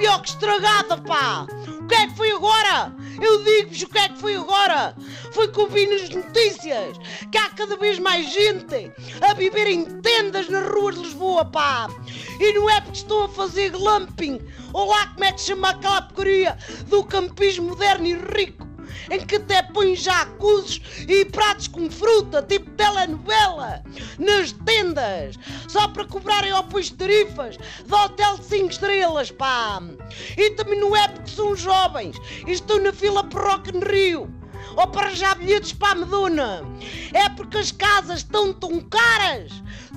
pior que estragada, pá! O que é que foi agora? Eu digo-vos o que é que foi agora! Foi que eu vi nas notícias que há cada vez mais gente a viver em tendas nas ruas de Lisboa, pá! E não é porque estão a fazer glamping, ou lá como é que se chama aquela porcaria do campismo moderno e rico, em que até põem jacuzzis e pratos com fruta, tipo telenovela, nas tendas, só para cobrarem ao pois tarifas de hotel de 5 estrelas, pá! E também não é porque são jovens e estão na fila para Rock in Rio, ou para já bilhetes para a Madonna. É porque as casas estão tão caras,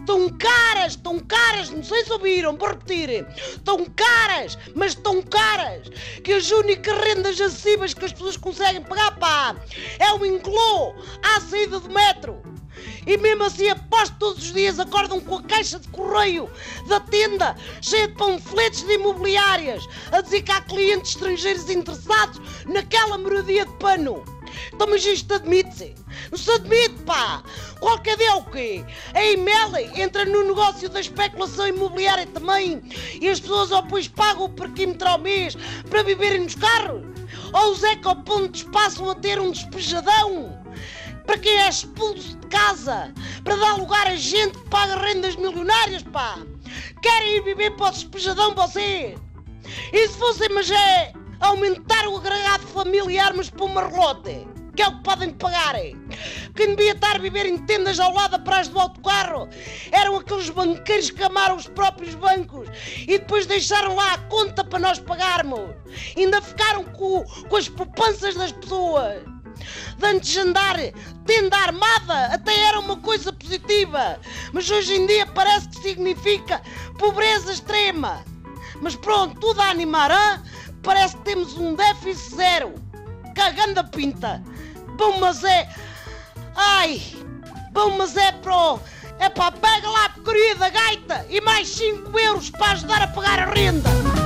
não sei se ouviram, vou repetir, tão caras, mas tão caras, que as únicas rendas acessíveis que as pessoas conseguem pagar, pá, é o inglô à saída do metro. E mesmo assim, aposto todos os dias acordam com a caixa de correio da tenda cheia de panfletos de imobiliárias a dizer que há clientes estrangeiros interessados naquela moradia de pano. Então, mas isto admite-se? Não se admite, pá! Qualquer dia o quê? A Imélia entra no negócio da especulação imobiliária também e as pessoas depois pagam o parquímetro ao mês para viverem nos carros? Ou os ecopontos passam a ter um despejadão para quem é expulso de casa, para dar lugar a gente que paga rendas milionárias, pá? Querem ir viver para o despejadão vocês? E se fossem, mas é aumentar o agregado familiar, mas para uma relote, que é o que podem pagar. Quem devia estar a viver em tendas ao lado da praia do autocarro eram aqueles banqueiros que amaram os próprios bancos e depois deixaram lá a conta para nós pagarmos. Ainda ficaram com as poupanças das pessoas. De antes de andar tenda armada até era uma coisa positiva, mas hoje em dia parece que significa pobreza extrema. Mas pronto, tudo a animar, hein? Parece que temos um déficit zero. Cagando a pinta. Bom, mas é... Ai! Bom, mas é pro... É pá, pega lá a porcaria da gaita e mais 5 euros para ajudar a pagar a renda.